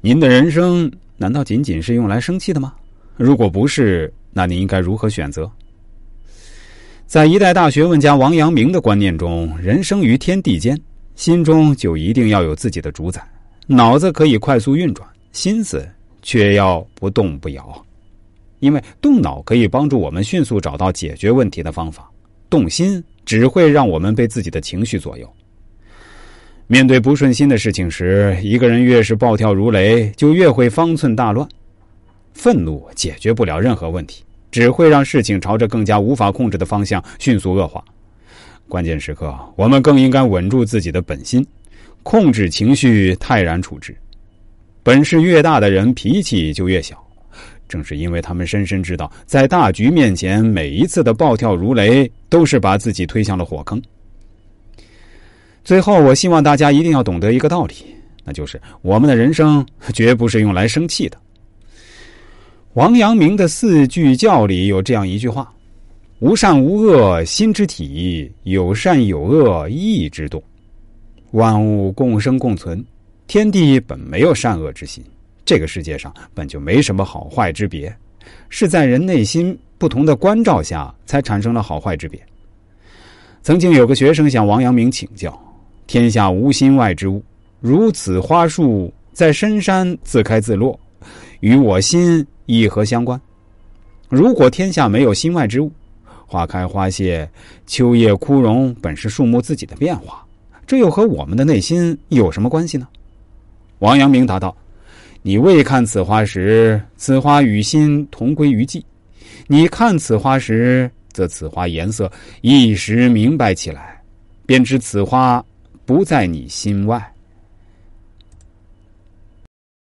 您的人生难道仅仅是用来生气的吗？如果不是，那你应该如何选择？在一代大学问家王阳明的观念中，人生于天地间，心中就一定要有自己的主宰，脑子可以快速运转，心思却要不动不摇。因为动脑可以帮助我们迅速找到解决问题的方法，动心只会让我们被自己的情绪左右。面对不顺心的事情时，一个人越是暴跳如雷，就越会方寸大乱。愤怒解决不了任何问题，只会让事情朝着更加无法控制的方向迅速恶化。关键时刻，我们更应该稳住自己的本心，控制情绪，泰然处之。本事越大的人，脾气就越小。正是因为他们深深知道，在大局面前，每一次的暴跳如雷，都是把自己推向了火坑。最后，我希望大家一定要懂得一个道理，那就是我们的人生绝不是用来生气的。王阳明的4句教里有这样一句话：无善无恶心之体，有善有恶意之动。万物共生共存，天地本没有善恶之心，这个世界上本就没什么好坏之别，是在人内心不同的关照下才产生了好坏之别。曾经有个学生向王阳明请教，天下无心外之物，如此花树在深山自开自落，与我心亦何相关？如果天下没有心外之物，花开花谢，秋叶枯荣，本是树木自己的变化，这又和我们的内心有什么关系呢？王阳明答道：你未看此花时，此花与心同归于寂；你看此花时，则此花颜色一时明白起来，便知此花不在你心外。